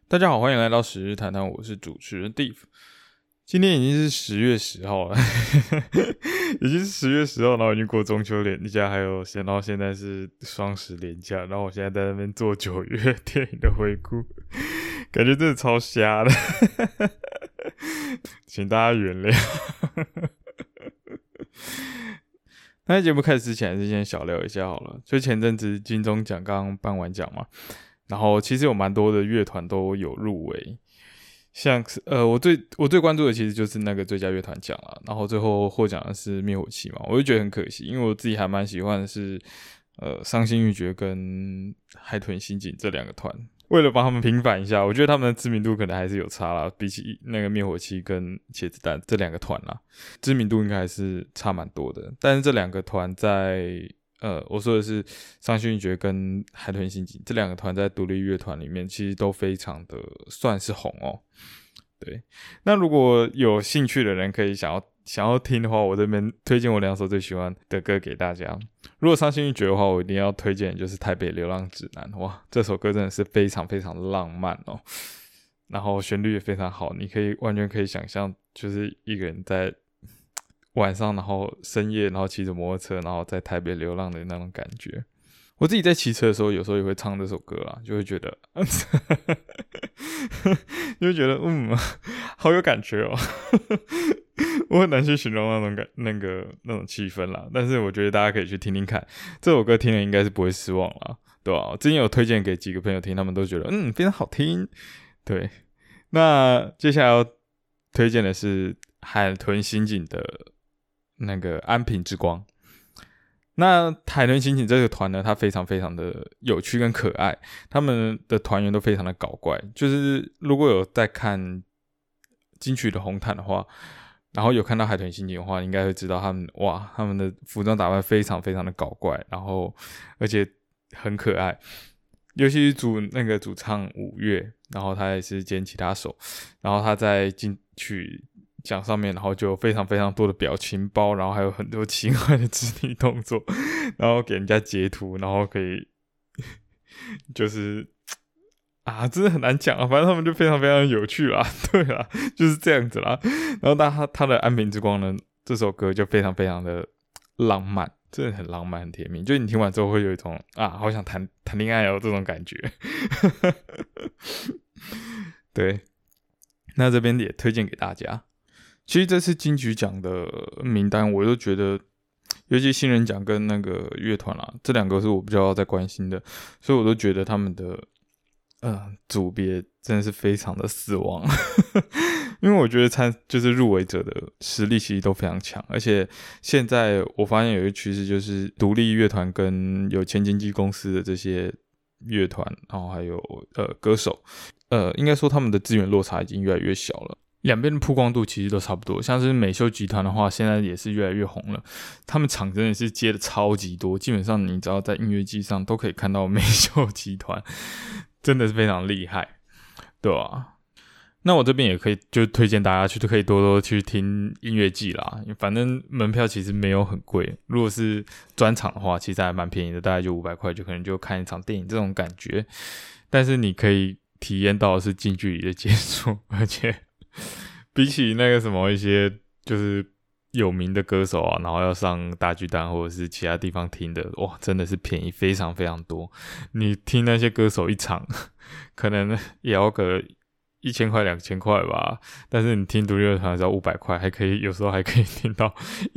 大家好，欢迎来到10日谈谈，我是主持人 Dave。今天已经是10月10号了，已经是10月10号，然后已经过中秋连假，然后现在是双十连假，然后我现在在那边做9月电影的回顾，感觉真的超瞎的，请大家原谅。那在节目开始之前，还是先小聊一下好了。就前阵子金钟奖刚刚颁完奖嘛，然后其实有蛮多的乐团都有入围，像是我最关注的其实就是那个最佳乐团奖啦，然后最后获奖的是灭火器嘛，我就觉得很可惜，因为我自己还蛮喜欢的是伤心欲绝跟海豚刑警这两个团。为了帮他们平反一下，我觉得他们的知名度可能还是有差啦，比起那个灭火器跟茄子蛋这两个团啦，知名度应该还是差蛮多的。但是这两个团在我说的是伤心欲绝跟海豚刑警这两个团在独立乐团里面其实都非常的算是红哦。对，那如果有兴趣的人可以想要听的话，我这边推荐我2首最喜欢的歌给大家。如果伤心欲绝的话，我一定要推荐的就是台北流浪指南。哇，这首歌真的是非常非常的浪漫哦，然后旋律也非常好，你完全可以想象就是一个人在晚上，然后深夜，然后骑着摩托车，然后在台北流浪的那种感觉。我自己在骑车的时候，有时候也会唱这首歌啦，就会觉得，就会觉得，好有感觉哦。我很难去形容那种气氛啦，但是我觉得大家可以去听听看，这首歌听了应该是不会失望啦，对吧？我之前有推荐给几个朋友听，他们都觉得非常好听。对，那接下来要推荐的是海豚刑警的那个安平之光。那海豚刑警这个团呢，它非常非常的有趣跟可爱，他们的团员都非常的搞怪，就是如果有在看金曲的红毯的话，然后有看到海豚刑警的话，应该会知道他们的服装打扮非常非常的搞怪，然后而且很可爱，尤其是主唱5月，然后他也是兼吉他手，然后他在金曲奖上面，然后就有非常非常多的表情包，然后还有很多奇怪的肢体动作，然后给人家截图，然后可以就是真的很难讲啊，反正他们就非常非常有趣啦，对啦，就是这样子啦。然后他的安平之光呢，这首歌就非常非常的浪漫，真的很浪漫很甜蜜，就你听完之后会有一种好想谈恋爱哦这种感觉。对，那这边也推荐给大家。其实这次金曲奖的名单，我就觉得，尤其新人奖跟那个乐团啦，这两个是我比较在关心的，所以我都觉得他们的组别真的是非常的死亡。因为我觉得就是入围者的实力其实都非常强，而且现在我发现有一个趋势，就是独立乐团跟有前经纪公司的这些乐团，然后还有歌手，应该说他们的资源落差已经越来越小了。两边的曝光度其实都差不多，像是美秀集团的话，现在也是越来越红了。他们场真的是接的超级多，基本上你只要在音乐季上都可以看到美秀集团，真的是非常厉害，对吧？那我这边也可以就推荐大家可以多多去听音乐季啦，反正门票其实没有很贵，如果是专场的话，其实还蛮便宜的，大概就500块，就可能就看一场电影这种感觉。但是你可以体验到的是近距离的接触，而且比起那个什么一些就是有名的歌手啊，然后要上大巨蛋或者是其他地方听的，哇，真的是便宜非常非常多。你听那些歌手一场，可能也要个1000块2000块吧，但是你听独立乐团只要500块，有时候还可以听到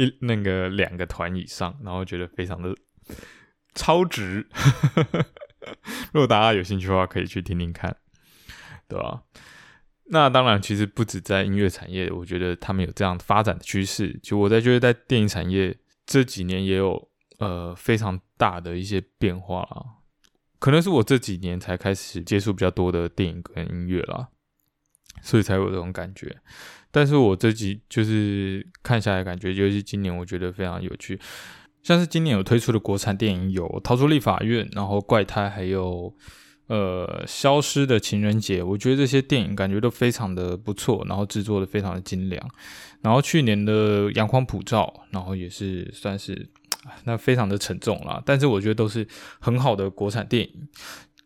2个团以上，然后觉得非常的超值。如果大家有兴趣的话，可以去听听看，对吧？那当然，其实不止在音乐产业，我觉得他们有这样发展的趋势。就我觉得在电影产业这几年也有非常大的一些变化啦。可能是我这几年才开始接触比较多的电影跟音乐啦，所以才有这种感觉。但是我就是看下来感觉，尤其今年我觉得非常有趣。像是今年有推出的国产电影有《逃出立法院》，然后《怪胎》，还有消失的情人节，我觉得这些电影感觉都非常的不错，然后制作的非常的精良。然后去年的阳光普照，然后也是算是那非常的沉重啦，但是我觉得都是很好的国产电影。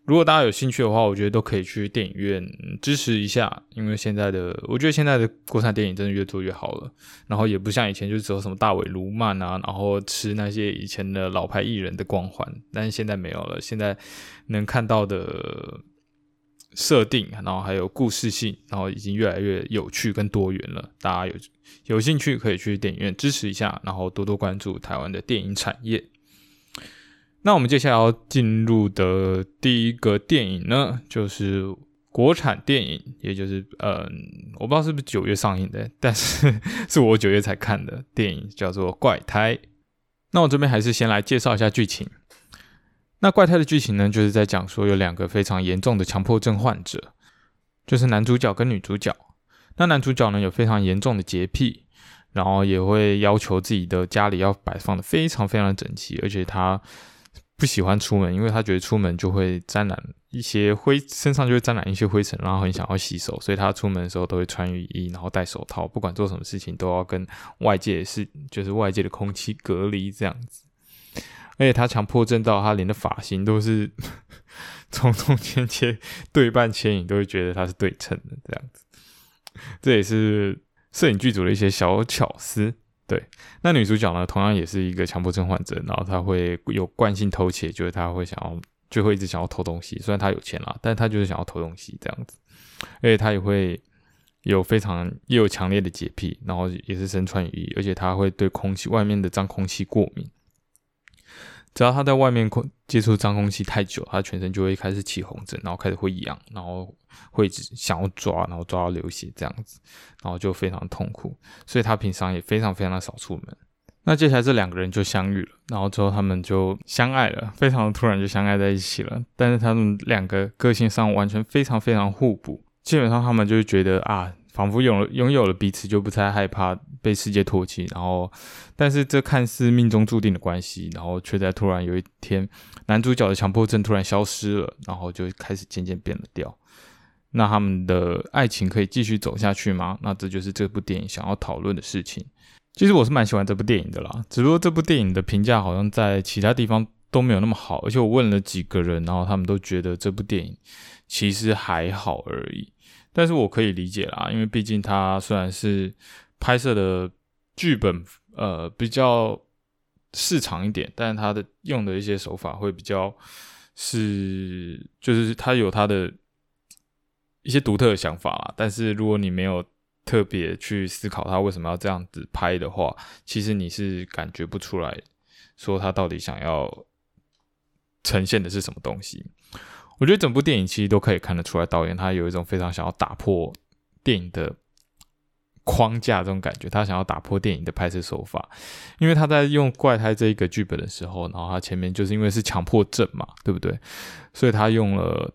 如果大家有兴趣的话，我觉得都可以去电影院支持一下，因为我觉得现在的国产电影真的越做越好了，然后也不像以前就只有什么大尾卢曼啊，然后吃那些以前的老牌艺人的光环，但是现在没有了，现在能看到的设定，然后还有故事性，然后已经越来越有趣跟多元了，大家有兴趣可以去电影院支持一下，然后多多关注台湾的电影产业。那我们接下来要进入的第一个电影呢，就是国产电影，也就是我不知道是不是9月上映的，但是是我9月才看的电影，叫做《怪胎》。那我这边还是先来介绍一下剧情。那《怪胎》的剧情呢，就是在讲说有2个非常严重的强迫症患者，就是男主角跟女主角。那男主角呢有非常严重的洁癖，然后也会要求自己的家里要摆放的非常非常的整齐，而且他不喜欢出门，因为他觉得出门就会沾染一些身上就会沾染一些灰尘，然后很想要洗手，所以他出门的时候都会穿雨衣，然后戴手套，不管做什么事情都要跟就是外界的空气隔离这样子。而且他强迫症到他连的发型都是从中间对半牵引，都会觉得他是对称的这样子。这也是摄影剧组的一些小巧思。对，那女主角呢，同样也是一个强迫症患者，然后她会有惯性偷窃，就是她会一直想要偷东西，虽然她有钱啦，但她就是想要偷东西这样子。而且她也会有强烈的洁癖，然后也是身穿雨衣，而且她会对外面的脏空气过敏。只要他在外面接触脏空气太久，他全身就会开始起红疹，然后开始会痒，然后会一直想要抓，然后抓到流血这样子，然后就非常痛苦，所以他平常也非常非常的少出门。那接下来这2个人就相遇了，然后之后他们就相爱了，非常的突然就相爱在一起了。但是他们2个个性上完全非常非常互补，基本上他们就会觉得仿佛拥有了彼此，就不太害怕被世界唾弃。然后，但是这看似命中注定的关系，然后却在突然有一天，男主角的强迫症突然消失了，然后就开始渐渐变了调。那他们的爱情可以继续走下去吗？那这就是这部电影想要讨论的事情。其实我是蛮喜欢这部电影的啦，只不过这部电影的评价好像在其他地方都没有那么好，而且我问了几个人，然后他们都觉得这部电影其实还好而已。但是我可以理解啦，因为毕竟它虽然是拍摄的剧本比较市场一点，但是它的用的一些手法会比较就是它有它的一些独特的想法啦。但是如果你没有特别去思考它为什么要这样子拍的话，其实你是感觉不出来说它到底想要呈现的是什么东西。我觉得整部电影其实都可以看得出来，导演他有一种非常想要打破电影的框架这种感觉，他想要打破电影的拍摄手法。因为他在用怪胎这一个剧本的时候，然后他前面就是因为是强迫症嘛，对不对？所以他用了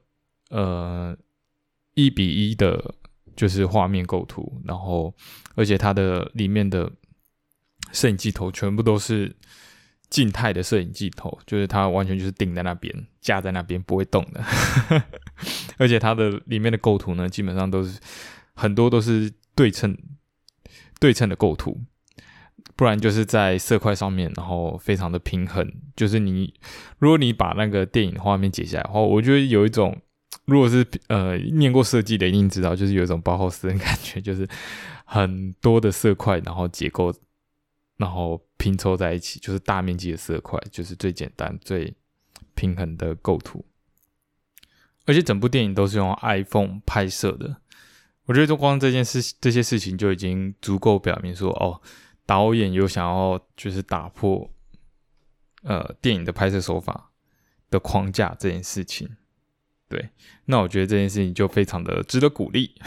1:1的就是画面构图，然后而且他的里面的摄影镜头全部都是静态的摄影镜头，就是它完全就是定在那边，架在那边不会动的而且它的里面的构图呢，基本上很多都是对称的构图，不然就是在色块上面，然后非常的平衡。就是如果你把那个电影画面截下来的话，我觉得有一种，如果是念过设计的一定知道，就是有一种包豪斯的感觉，就是很多的色块，然后结构，然后拼凑在一起，就是大面积的色块，就是最简单最平衡的构图。而且整部电影都是用 iPhone 拍摄的，我觉得就光这些事情就已经足够表明说，导演有想要就是打破电影的拍摄手法的框架这件事情。对，那我觉得这件事情就非常的值得鼓励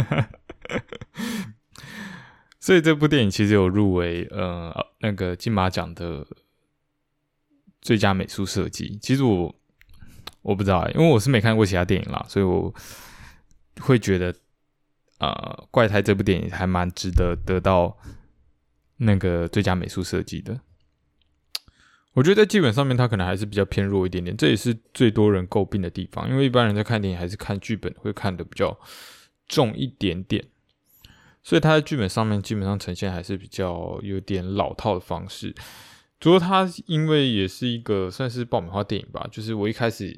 所以这部电影其实有入围那个金马奖的最佳美术设计。其实我不知道因为我是没看过其他电影啦，所以我会觉得怪胎这部电影还蛮值得得到那个最佳美术设计的。我觉得在剧本上面它可能还是比较偏弱一点点，这也是最多人诟病的地方，因为一般人在看电影还是看剧本会看得比较重一点点，所以它在剧本上面基本上呈现还是比较有点老套的方式。不过它因为也是一个算是爆米花电影吧，就是我一开始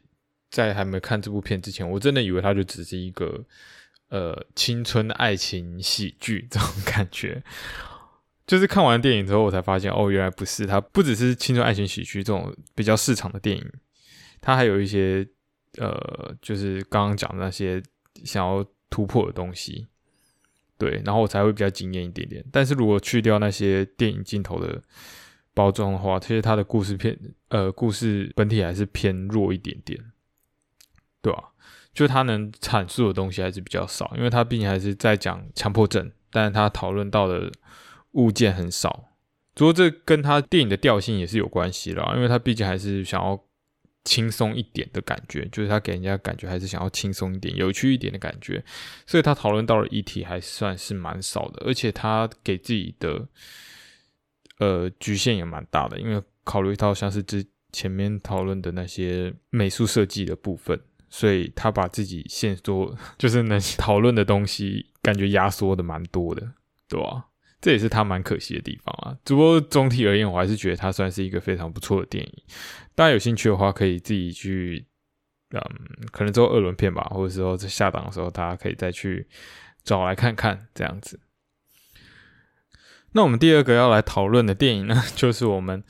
在还没看这部片之前，我真的以为它就只是一个青春爱情喜剧这种感觉。就是看完电影之后，我才发现原来不是，它不只是青春爱情喜剧这种比较市场的电影，它还有一些就是刚刚讲的那些想要突破的东西，对，然后我才会比较惊艳一点点。但是如果去掉那些电影镜头的包装的话，其实它的故事本体还是偏弱一点点，对吧？就它能阐述的东西还是比较少，因为它毕竟还是在讲强迫症，但是它讨论到的物件很少。不过这跟它电影的调性也是有关系啦，因为它毕竟还是想要轻松一点的感觉，就是它给人家感觉还是想要轻松一点、有趣一点的感觉，所以它讨论到的议题还算是蛮少的，而且它给自己的局限也蛮大的，因为考虑到像是前面讨论的那些美术设计的部分，所以他把自己限缩，就是能讨论的东西感觉压缩的蛮多的，对吧？这也是他蛮可惜的地方啊。只不过总体而言，我还是觉得它算是一个非常不错的电影。大家有兴趣的话，可以自己去，可能之后2轮片吧，或者说在下档的时候，大家可以再去找来看看这样子。那我们第二个要来讨论的电影呢，就是我们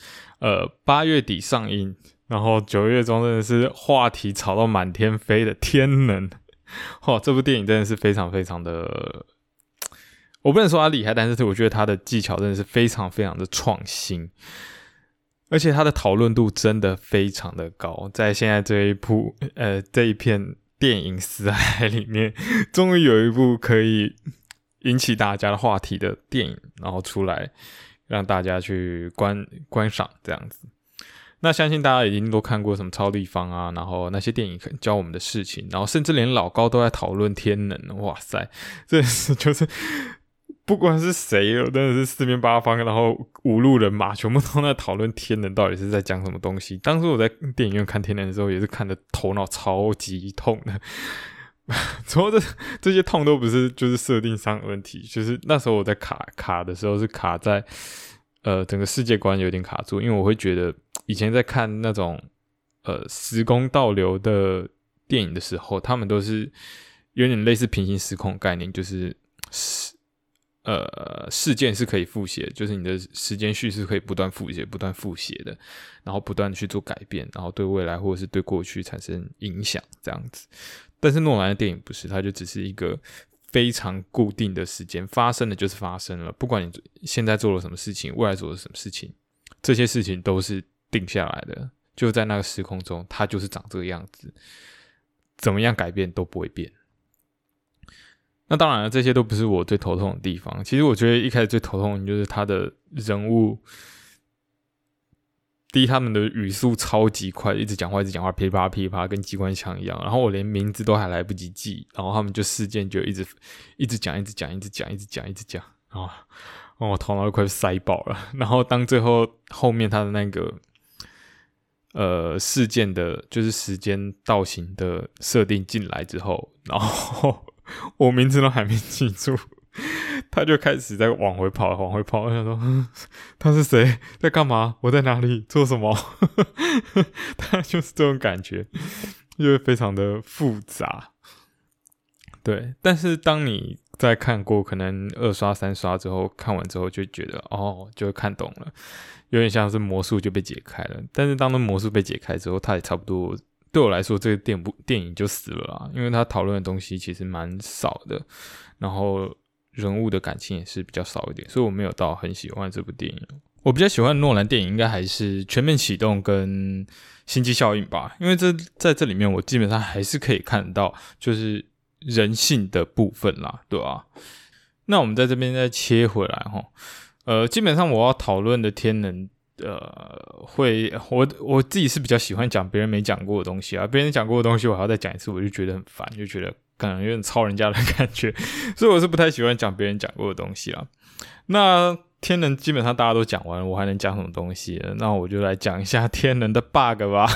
8月底上映，然后9月中真的是话题炒到满天飞的《天能》。这部电影真的是非常非常的，我不能说它厉害，但是我觉得它的技巧真的是非常非常的创新，而且它的讨论度真的非常的高。在现在这一片电影死海里面，终于有一部可以引起大家的话题的电影，然后出来让大家去观赏这样子。那相信大家已经都看过什么超立方啊，然后那些电影可能教我们的事情，然后甚至连老高都在讨论天能，哇塞，这是就是不管是谁，真的是四面八方，然后五路人马全部都在讨论天能到底是在讲什么东西。当时我在电影院看天能的时候，也是看得头脑超级痛的。之后这些痛都不是就是设定上的问题，就是那时候我在卡的时候是卡在整个世界观有点卡住，因为我会觉得以前在看那种时空倒流的电影的时候，他们都是有点类似平行时空概念，就是事件是可以复写，就是你的时间叙事可以不断复写的，然后不断去做改变，然后对未来或者是对过去产生影响这样子。但是诺兰的电影不是，它就只是一个非常固定的时间，发生了就是发生了，不管你现在做了什么事情，未来做了什么事情，这些事情都是定下来的，就在那个时空中，它就是长这个样子，怎么样改变都不会变。那当然了，这些都不是我最头痛的地方。其实我觉得一开始最头痛的就是他的人物，第一，他们的语速超级快，一直讲话，噼里啪啦噼里啪啦，跟机关枪一样。然后我连名字都还来不及记，然后他们就事件就一直讲，然后我头脑都快塞爆了。然后当后面他的那个事件的，就是时间倒行的设定进来之后，然后我名字都还没记住，他就开始在往回跑。我想说，他是谁？在干嘛？我在哪里？做什么？他就是这种感觉，就会非常的复杂。对，但是当你在看过可能2刷3刷之后，看完之后就觉得就看懂了，有点像是魔术就被解开了。但是当那魔术被解开之后，它也差不多。对我来说，这个电影就死了啦，因为他讨论的东西其实蛮少的，然后人物的感情也是比较少一点，所以我没有到很喜欢这部电影。我比较喜欢的诺兰电影应该还是《全面启动》跟《星际效应》吧，因为在这里面我基本上还是可以看到就是人性的部分啦，对吧？那我们在这边再切回来基本上我要讨论的天能。我自己是比较喜欢讲别人没讲过的东西啊，别人讲过的东西我还要再讲一次，我就觉得很烦，就觉得可能有点抄人家的感觉，所以我是不太喜欢讲别人讲过的东西啦。那天能基本上大家都讲完了，我还能讲什么东西呢？那我就来讲一下天能的 bug 吧。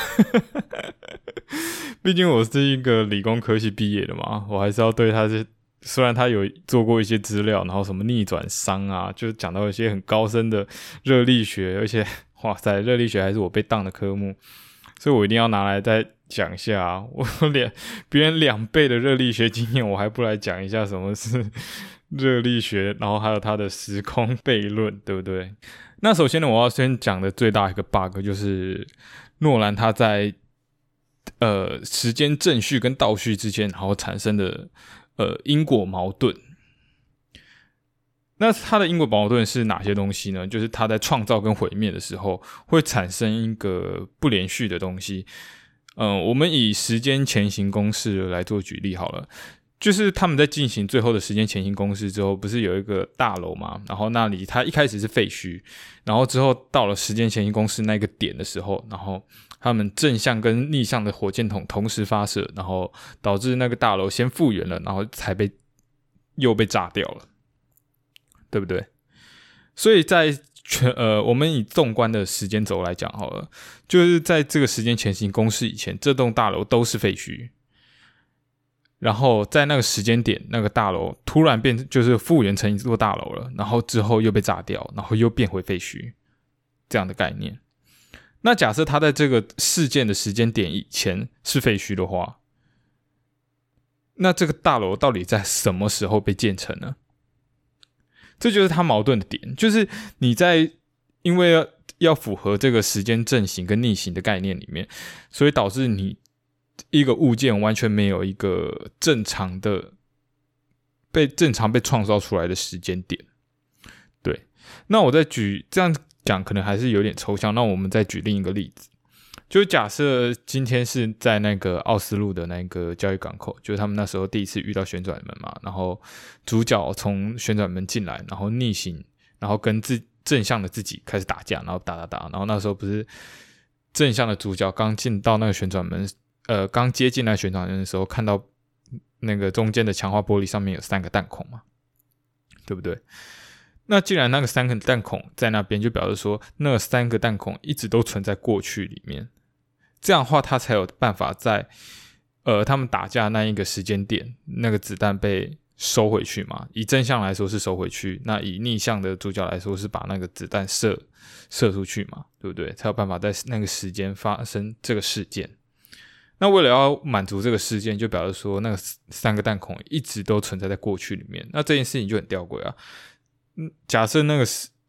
毕竟我是一个理工科系毕业的嘛，我还是要对他虽然他有做过一些资料，然后什么逆转熵啊，就讲到一些很高深的热力学，而且哇塞，热力学还是我被当的科目，所以我一定要拿来再讲一下啊，别人2倍的热力学经验，我还不来讲一下什么是热力学，然后还有它的时空悖论，对不对？那首先呢，我要先讲的最大一个 bug 就是诺兰他在时间正序跟倒序之间，然后产生的因果矛盾。那它的因果矛盾是哪些东西呢？就是它在创造跟毁灭的时候会产生一个不连续的东西。我们以时间前行公式来做举例好了，就是他们在进行最后的时间前行公式之后，不是有一个大楼嘛？然后那里它一开始是废墟，然后之后到了时间前行公式那个点的时候，然后他们正向跟逆向的火箭筒同时发射，然后导致那个大楼先复原了，然后又被炸掉了。对不对？所以在我们以纵观的时间轴来讲好了，就是在这个时间前行公式以前，这栋大楼都是废墟。然后在那个时间点，那个大楼突然就是复原成一座大楼了，然后之后又被炸掉，然后又变回废墟，这样的概念。那假设它在这个事件的时间点以前是废墟的话，那这个大楼到底在什么时候被建成呢？这就是它矛盾的点，就是你在因为要符合这个时间正行跟逆行的概念里面，所以导致你一个物件完全没有一个正常被创造出来的时间点。对，那我再这样讲可能还是有点抽象，那我们再举另一个例子。就假设今天是在那个奥斯陆的那个交易港口，就是他们那时候第一次遇到旋转门嘛，然后主角从旋转门进来，然后逆行，然后跟正向的自己开始打架，然后打，然后那时候不是正向的主角刚进到那个旋转门，刚接近那个旋转门的时候，看到那个中间的强化玻璃上面有3个弹孔嘛，对不对？那既然那个3个弹孔在那边，就表示说那3个弹孔一直都存在过去里面。这样的话，他才有办法在他们打架那一个时间点，那个子弹被收回去嘛。以正向来说是收回去，那以逆向的主角来说是把那个子弹射出去嘛，对不对？才有办法在那个时间发生这个事件。那为了要满足这个事件，就表示说那个3个弹孔一直都存在在过去里面。那这件事情就很吊诡啊。假设那个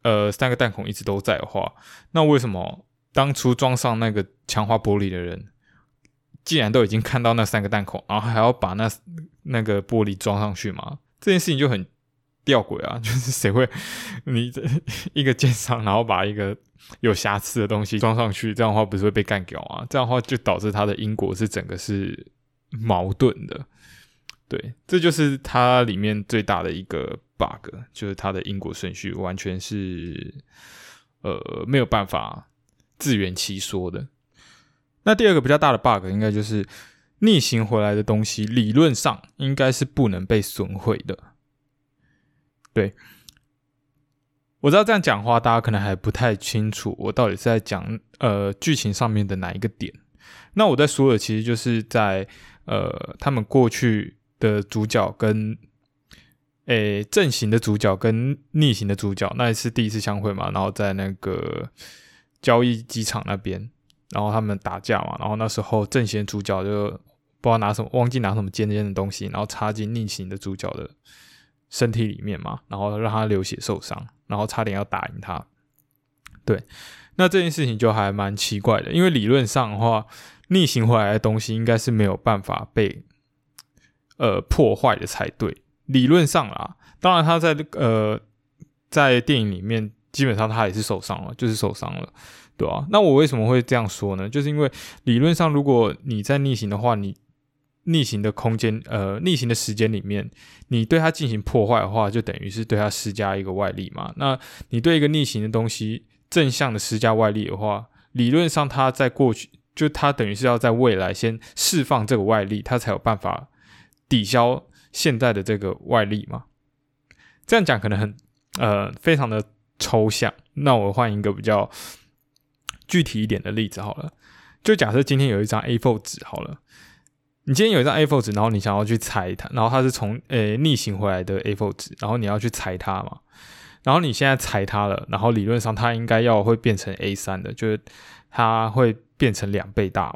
3个弹孔一直都在的话，那为什么当初装上那个强化玻璃的人，既然都已经看到那3个弹孔，然后还要把那个玻璃装上去嘛？这件事情就很吊诡啊！就是谁会你一个奸商，然后把一个有瑕疵的东西装上去，这样的话不是会被干掉啊？这样的话就导致它的因果是整个是矛盾的。对，这就是它里面最大的一个 bug， 就是它的因果顺序完全是没有办法自圆其说的。那第二个比较大的 bug 应该就是逆行回来的东西理论上应该是不能被损毁的。对，我知道这样讲话大家可能还不太清楚我到底是在讲剧情上面的哪一个点。那我在说的其实就是在他们过去的主角跟正行的主角跟逆行的主角那一次第一次相会嘛，然后在那个交易机场那边，然后他们打架嘛，然后那时候正行的主角就不知道拿什么，忘记拿什么尖尖的东西，然后插进逆行的主角的身体里面嘛，然后让他流血受伤，然后差点要打赢他。对，那这件事情就还蛮奇怪的，因为理论上的话，逆行回来的东西应该是没有办法被破坏的才对。理论上啦，当然他在电影里面基本上他也是受伤了，就是受伤了，对啊。那我为什么会这样说呢？就是因为理论上如果你在逆行的话，你逆行的空间逆行的时间里面，你对它进行破坏的话，就等于是对它施加一个外力嘛。那你对一个逆行的东西正向的施加外力的话，理论上它在过去就它等于是要在未来先释放这个外力，它才有办法抵消现在的这个外力嘛。这样讲可能很非常的抽象，那我换一个比较具体一点的例子好了。就假设今天有一张 A4 纸好了，你今天有一张 A4 纸，然后你想要去裁它，然后它是从逆行回来的 A4 纸，然后你要去裁它嘛，然后你现在裁它了，然后理论上它应该会变成 A3 的，就是它会变成2倍大嘛。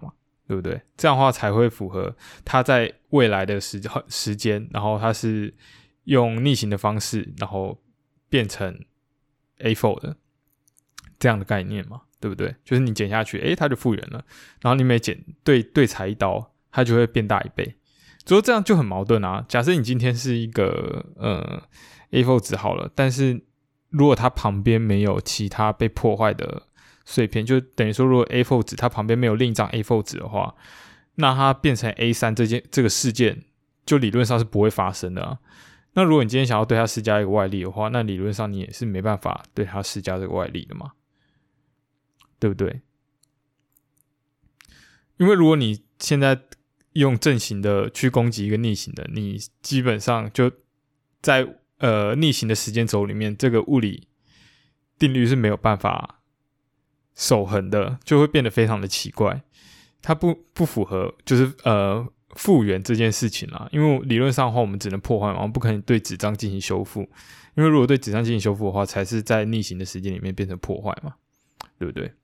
对不对？这样的话才会符合他在未来的时间，然后他是用逆行的方式，然后变成 A4 的这样的概念嘛，对不对？就是你剪下去，它就复原了，然后你每剪对裁一刀，它就会变大1倍。所以这样就很矛盾啊。假设你今天是一个A4 纸好了，但是如果它旁边没有其他被破坏的碎片，就等于说，如果 A4 纸它旁边没有另一张 A4 纸的话，那它变成 A3 这个事件，就理论上是不会发生的啊。那如果你今天想要对它施加一个外力的话，那理论上你也是没办法对它施加这个外力的嘛，对不对？因为如果你现在用正行的去攻击一个逆行的，你基本上就在逆行的时间轴里面，这个物理定律是没有办法守恒的，就会变得非常的奇怪。它不符合就是复原这件事情啦。因为理论上的话，我们只能破坏嘛，我们不可能对纸张进行修复。因为如果对纸张进行修复的话，才是在逆行的时间里面变成破坏嘛，对不对？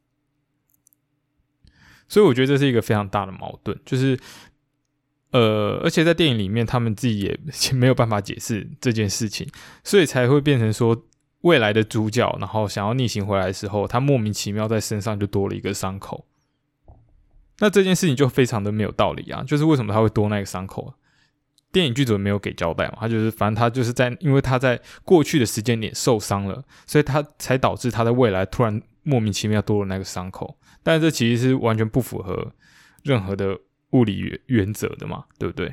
所以我觉得这是一个非常大的矛盾，就是而且在电影里面他们自己也没有办法解释这件事情，所以才会变成说未来的主角然后想要逆行回来的时候，他莫名其妙在身上就多了一个伤口。那这件事情就非常的没有道理啊，就是为什么他会多那个伤口？电影剧组没有给交代嘛，反正他就是因为他在过去的时间点受伤了，所以他才导致他在未来突然莫名其妙多了那个伤口。但是这其实是完全不符合任何的物理原则的嘛，对不对？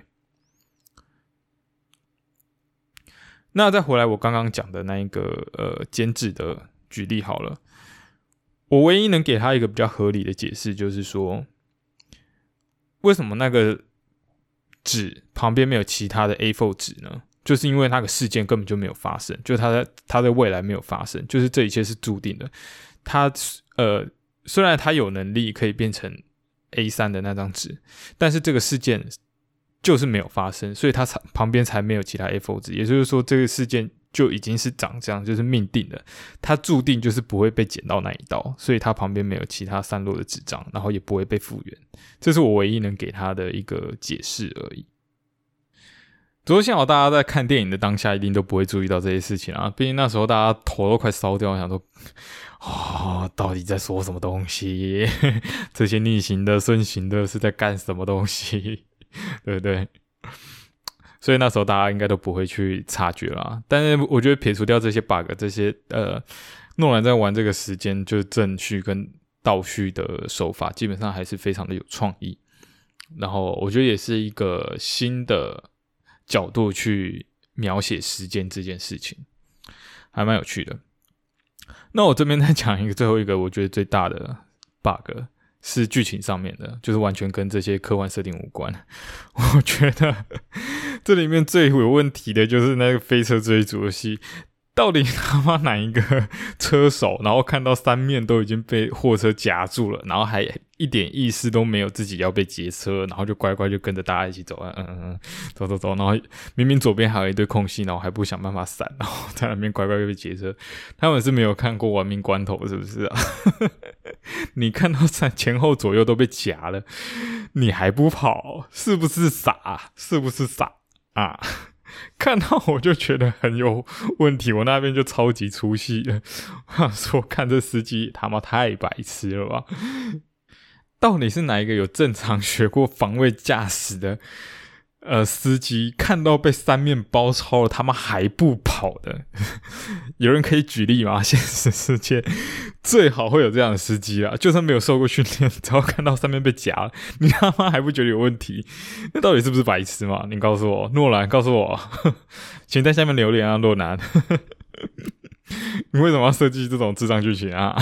那再回来我刚刚讲的那一个剪纸的举例好了，我唯一能给他一个比较合理的解释，就是说为什么那个纸旁边没有其他的 A4 纸呢？就是因为那个事件根本就没有发生，就是它在未来没有发生，就是这一切是注定的。它虽然它有能力可以变成 A3 的那张纸，但是这个事件就是没有发生，所以它旁边才没有其他 A4 纸。也就是说，这个事件就已经是长这样，就是命定的，它注定就是不会被剪到那一刀，所以它旁边没有其他散落的纸张，然后也不会被复原。这是我唯一能给它的一个解释而已。不过幸好大家在看电影的当下一定都不会注意到这些事情啊，毕竟那时候大家头都快烧掉，想说到底在说什么东西？这些逆行的顺行的是在干什么东西？对不对？所以那时候大家应该都不会去察觉啦。但是我觉得撇除掉这些 bug， 这些诺兰在玩这个时间就是正序跟倒叙的手法，基本上还是非常的有创意。然后我觉得也是一个新的角度去描写时间这件事情，还蛮有趣的。那我这边再讲最后一个我觉得最大的 bug 是剧情上面的，就是完全跟这些科幻设定无关。我觉得这里面最有问题的就是那个飞车追逐的戏，到底他妈哪一个车手，然后看到三面都已经被货车夹住了，然后还一点意识都没有自己要被劫车，然后就乖乖就跟着大家一起走，走，然后明明左边还有一堆空隙，然后还不想办法闪，然后在那边乖乖被劫车。他们是没有看过《玩命关头》是不是啊？你看到前后左右都被夹了，你还不跑，是不是傻？是不是傻啊？看到我就觉得很有问题，我那边就超级出戏了。我想说，看这司机他妈太白痴了吧？到底是哪一个有正常学过防卫驾驶的司机，看到被三面包抄了，他妈还不跑的？有人可以举例吗？现实世界最好会有这样的司机啦，就算没有受过训练，只要看到三面被夹了，你他妈还不觉得有问题？那到底是不是白痴嘛？你告诉我，诺兰告诉我，请在下面留言啊，诺兰，你为什么要设计这种智障剧情啊？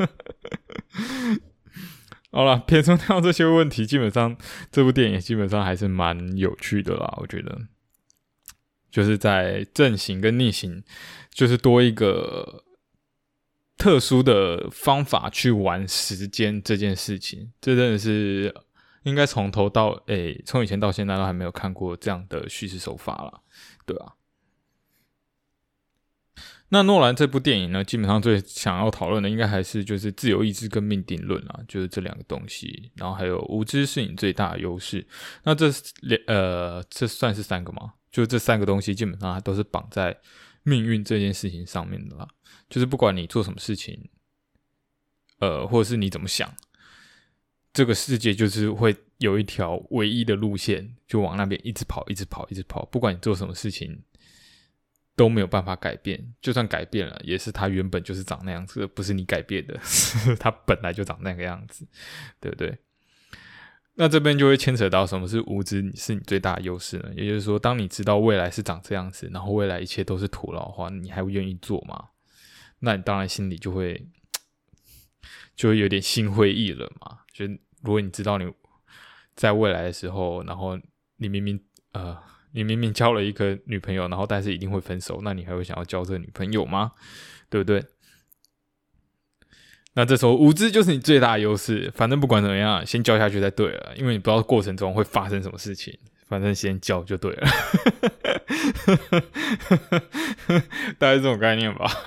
好啦，撇除掉这些问题，基本上这部电影基本上还是蛮有趣的啦，我觉得。就是在正行跟逆行，就是多一个特殊的方法去玩时间这件事情，这真的是应该从头到从以前到现在都还没有看过这样的叙事手法啦，对啊。 那诺兰这部电影呢，基本上最想要讨论的应该还是就是自由意志跟命定论啊，就是这两个东西，然后还有无知是你最大的优势。那这算是3个吗？就这3个东西基本上它都是绑在命运这件事情上面的啦，就是不管你做什么事情，或者是你怎么想，这个世界就是会有一条唯一的路线，就往那边一直跑，一直跑，一直跑，不管你做什么事情都没有办法改变，就算改变了，也是它原本就是长那样子的，不是你改变的，它本来就长那个样子，对不对？那这边就会牵扯到什么是无知是你最大的优势呢？也就是说，当你知道未来是长这样子，然后未来一切都是徒劳的话，你还会愿意做吗？那你当然心里就会有点心灰意冷嘛。就如果你知道你在未来的时候，然后你明明交了一个女朋友，然后但是一定会分手，那你还会想要交这个女朋友吗？对不对？那这时候无知就是你最大的优势，反正不管怎么样，先交下去才对了，因为你不知道过程中会发生什么事情，反正先交就对了。大概是这种概念吧。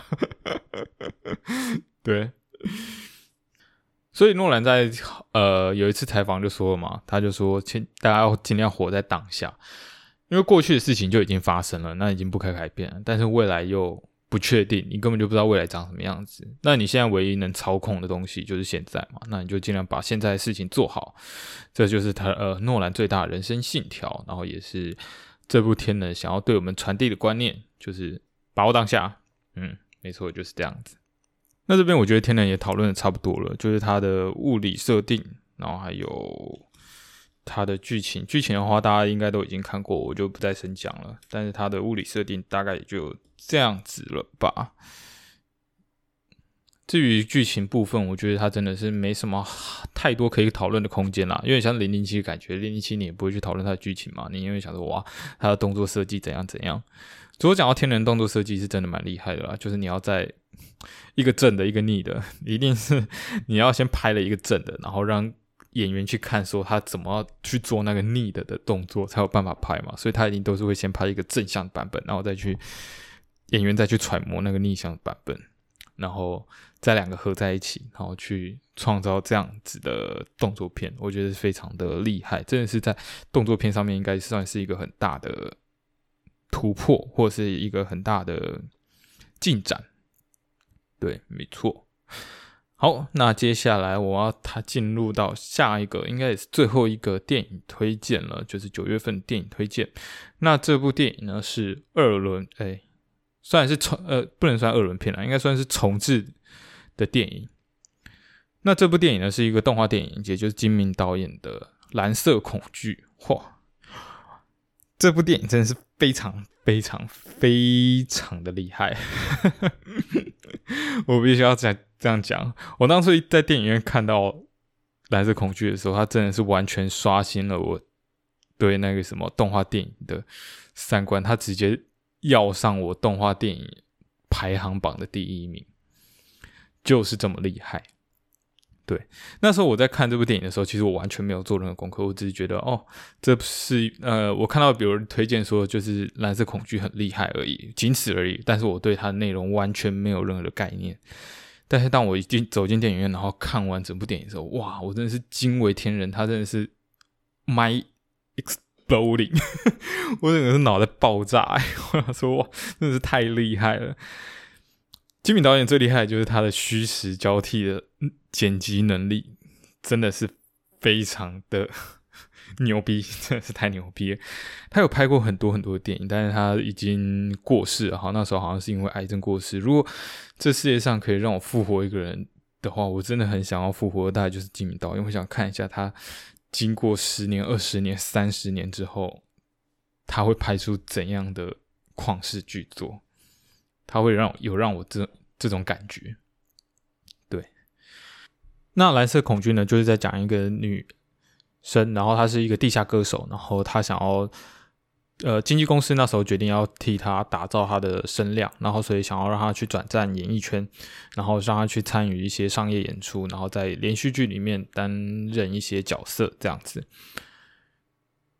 对。所以诺兰在有一次采访就说了嘛，他就说大家要尽量活在当下，因为过去的事情就已经发生了，那已经不可改变了，但是未来又不确定，你根本就不知道未来长什么样子。那你现在唯一能操控的东西就是现在嘛，那你就尽量把现在的事情做好，这就是他诺兰最大的人生信条，然后也是这部天能想要对我们传递的观念，就是把握当下。没错，就是这样子。那这边我觉得天能也讨论的差不多了，就是它的物理设定，然后还有它的剧情的话，大家应该都已经看过，我就不再深讲了。但是它的物理设定大概也就这样子了吧。至于剧情部分，我觉得它真的是没什么太多可以讨论的空间啦，因为像007感觉007你也不会去讨论它的剧情嘛，你因为想说哇，它的动作设计怎样怎样。如果讲到天能动作设计是真的蛮厉害的啦，就是你要在一个正的一个逆的，一定是你要先拍了一个正的，然后让演员去看说他怎么去做那个逆的动作才有办法拍嘛，所以他一定都是会先拍一个正向的版本，然后演员再去揣摩那个逆向的版本，然后再2个合在一起，然后去创造这样子的动作片，我觉得是非常的厉害，真的是在动作片上面应该算是一个很大的突破，或者是一个很大的进展。对，没错。好，那接下来我要进入到下一个，应该也是最后一个电影推荐了，就是9月份的电影推荐。那这部电影呢是虽然是不能算2轮片啦，应该算是重制的电影。那这部电影呢是一个动画电影，也就是金明导演的《蓝色恐惧》。哇，这部电影真的是非常非常非常的厉害。我必须要这样讲，我当初在电影院看到蓝色恐惧的时候，它真的是完全刷新了我对那个什么动画电影的3观，它直接要上我动画电影排行榜的第1名，就是这么厉害。对，那时候我在看这部电影的时候，其实我完全没有做任何功课，我只是觉得这是我看到比如人推荐说就是蓝色恐惧很厉害而已，仅此而已，但是我对它的内容完全没有任何的概念。但是当我走进电影院，然后看完整部电影的时候，哇，我真的是惊为天人，它真的是 my exploding 我整个是脑袋爆炸我想说哇，真的是太厉害了。金敏导演最厉害的就是他的虚实交替的剪辑能力，真的是非常的牛逼，真的是太牛逼了。他有拍过很多很多的电影，但是他已经过世了，那时候好像是因为癌症过世。如果这世界上可以让我复活一个人的话，我真的很想要复活的大概就是金敏导演。我想看一下他经过10年、20年、30年之后，他会拍出怎样的旷世巨作，他会让我这种感觉。对，那蓝色恐惧呢，就是在讲一个女生，然后她是一个地下歌手，然后她想要经纪公司那时候决定要替她打造她的声量，然后所以想要让她去转战演艺圈，然后让她去参与一些商业演出，然后在连续剧里面担任一些角色这样子。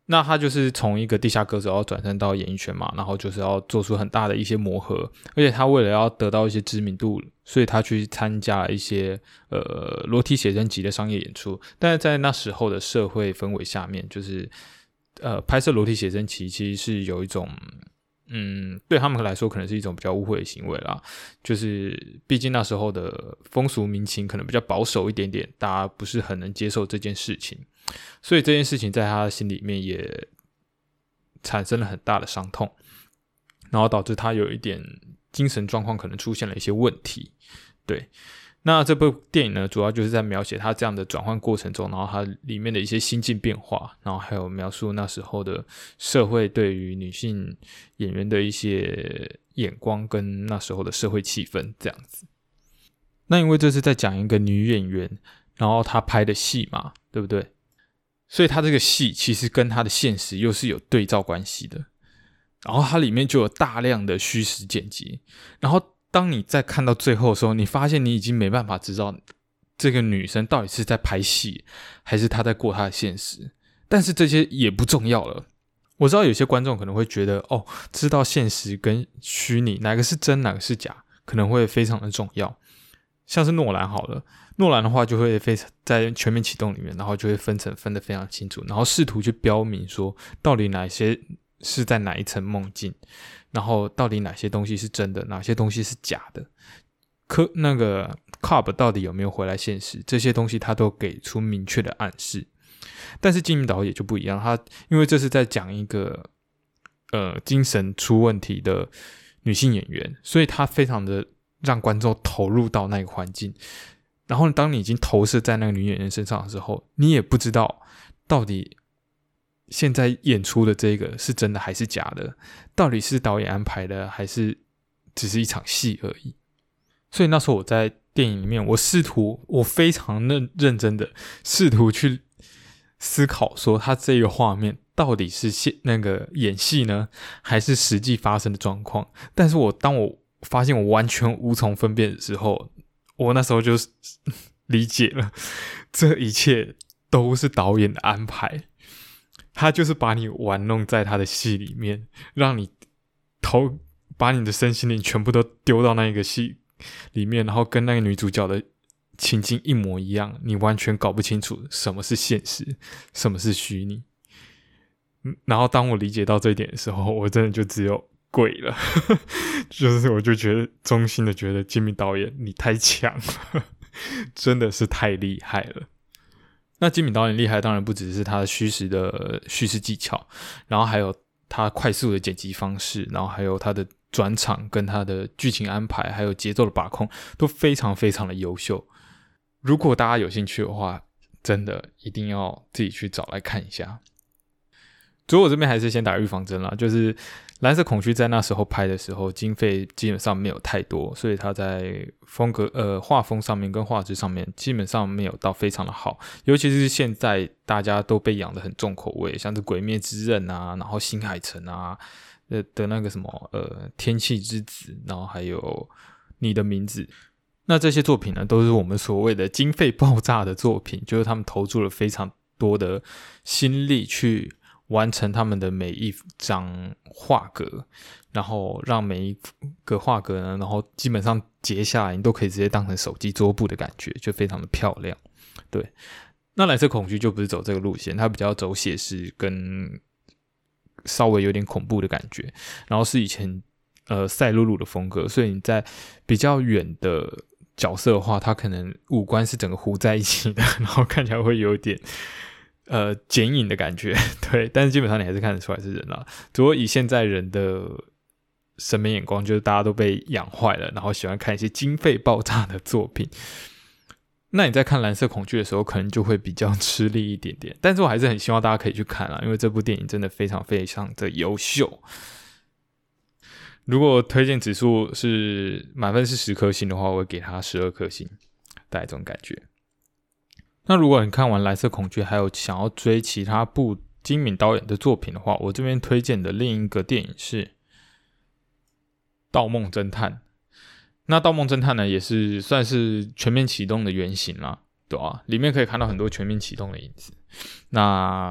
那他就是从一个地下歌手要转身到演艺圈嘛，然后就是要做出很大的一些磨合，而且他为了要得到一些知名度，所以他去参加了一些裸体写真集的商业演出。但是在那时候的社会氛围下面，就是拍摄裸体写真集其实是有一种对他们来说可能是一种比较污秽的行为啦，就是毕竟那时候的风俗民情可能比较保守一点点，大家不是很能接受这件事情，所以这件事情在他心里面也产生了很大的伤痛，然后导致他有一点精神状况可能出现了一些问题。对，那这部电影呢，主要就是在描写他这样的转换过程中，然后他里面的一些心境变化，然后还有描述那时候的社会对于女性演员的一些眼光跟那时候的社会气氛这样子。那因为这是在讲一个女演员，然后她拍的戏嘛，对不对？所以她这个戏其实跟她的现实又是有对照关系的，然后它里面就有大量的虚实剪辑，然后当你在看到最后的时候，你发现你已经没办法知道这个女生到底是在拍戏还是她在过她的现实，但是这些也不重要了。我知道有些观众可能会觉得知道现实跟虚拟哪个是真哪个是假可能会非常的重要，像是诺兰好了，诺兰的话就会在全面启动里面，然后就会分得非常清楚，然后试图去标明说到底哪些是在哪一层梦境，然后到底哪些东西是真的，哪些东西是假的，那个 Cobb 到底有没有回来现实，这些东西他都给出明确的暗示。但是金明导演就不一样，他因为这是在讲一个精神出问题的女性演员，所以他非常的让观众投入到那个环境，然后当你已经投射在那个女演员身上的时候，你也不知道到底现在演出的这个是真的还是假的，到底是导演安排的还是只是一场戏而已。所以那时候我在电影里面，我非常认真的试图去思考说他这个画面到底是那个演戏呢，还是实际发生的状况。但是当我发现我完全无从分辨的时候，我那时候就理解了，这一切都是导演的安排，他就是把你玩弄在他的戏里面，让你把你的身心灵全部都丢到那个戏里面，然后跟那个女主角的情境一模一样，你完全搞不清楚什么是现实，什么是虚拟。然后当我理解到这一点的时候，我真的就只有跪了就是我就衷心的觉得金明导演你太强了真的是太厉害了。那金明导演厉害当然不只是他的虚实的叙事技巧，然后还有他快速的剪辑方式，然后还有他的转场跟他的剧情安排还有节奏的把控都非常非常的优秀。如果大家有兴趣的话，真的一定要自己去找来看一下。所以我这边还是先打预防针啦，就是蓝色恐惧在那时候拍的时候经费基本上没有太多，所以他在画风上面跟画质上面基本上没有到非常的好，尤其是现在大家都被养得很重口味，像是鬼灭之刃啊，然后新海诚啊的那个什么天气之子，然后还有你的名字，那这些作品呢都是我们所谓的经费爆炸的作品，就是他们投注了非常多的心力去完成他们的每一张画格，然后让每一个画格呢，然后基本上截下来你都可以直接当成手机桌布的感觉，就非常的漂亮。对，那蓝色恐惧就不是走这个路线，它比较走写实跟稍微有点恐怖的感觉，然后是以前赛璐璐的风格，所以你在比较远的角色的话，它可能五官是整个糊在一起的，然后看起来会有点剪影的感觉，对，但是基本上你还是看得出来是人啦。只不过以现在人的审美眼光，就是大家都被养坏了，然后喜欢看一些经费爆炸的作品。那你在看蓝色恐惧的时候，可能就会比较吃力一点点。但是我还是很希望大家可以去看啦，因为这部电影真的非常非常的优秀。如果推荐指数是满分是10颗星的话，我会给它12颗星，大概这种感觉。那如果你看完蓝色恐惧还有想要追其他部金敏导演的作品的话，我这边推荐的另一个电影是盗梦侦探。那盗梦侦探呢也是算是全面启动的原型啦，对吧？里面可以看到很多全面启动的影子。那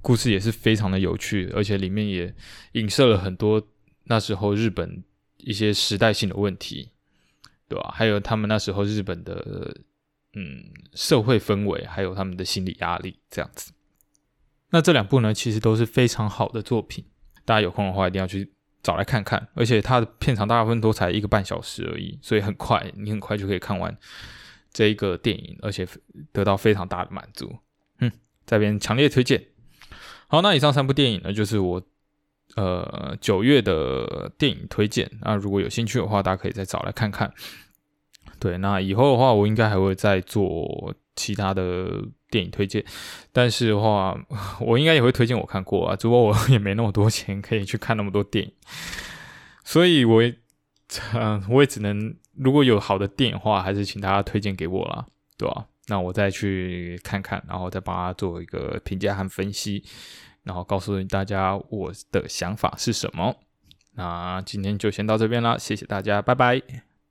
故事也是非常的有趣，而且里面也影射了很多那时候日本一些时代性的问题，对吧？还有他们那时候日本的社会氛围，还有他们的心理压力这样子。那这2部呢，其实都是非常好的作品，大家有空的话一定要去找来看看。而且它的片长大部分都才1个半小时而已，所以你很快就可以看完这一个电影，而且得到非常大的满足。在这边强烈推荐。好，那以上3部电影呢，就是我9月的电影推荐。那如果有兴趣的话，大家可以再找来看看。对，那以后的话，我应该还会再做其他的电影推荐，但是的话，我应该也会推荐我看过啊，只不过我也没那么多钱可以去看那么多电影，所以我也只能，如果有好的电影的话，还是请大家推荐给我啦，对吧？那我再去看看，然后再帮他做一个评价和分析，然后告诉大家我的想法是什么。那今天就先到这边啦，谢谢大家，拜拜。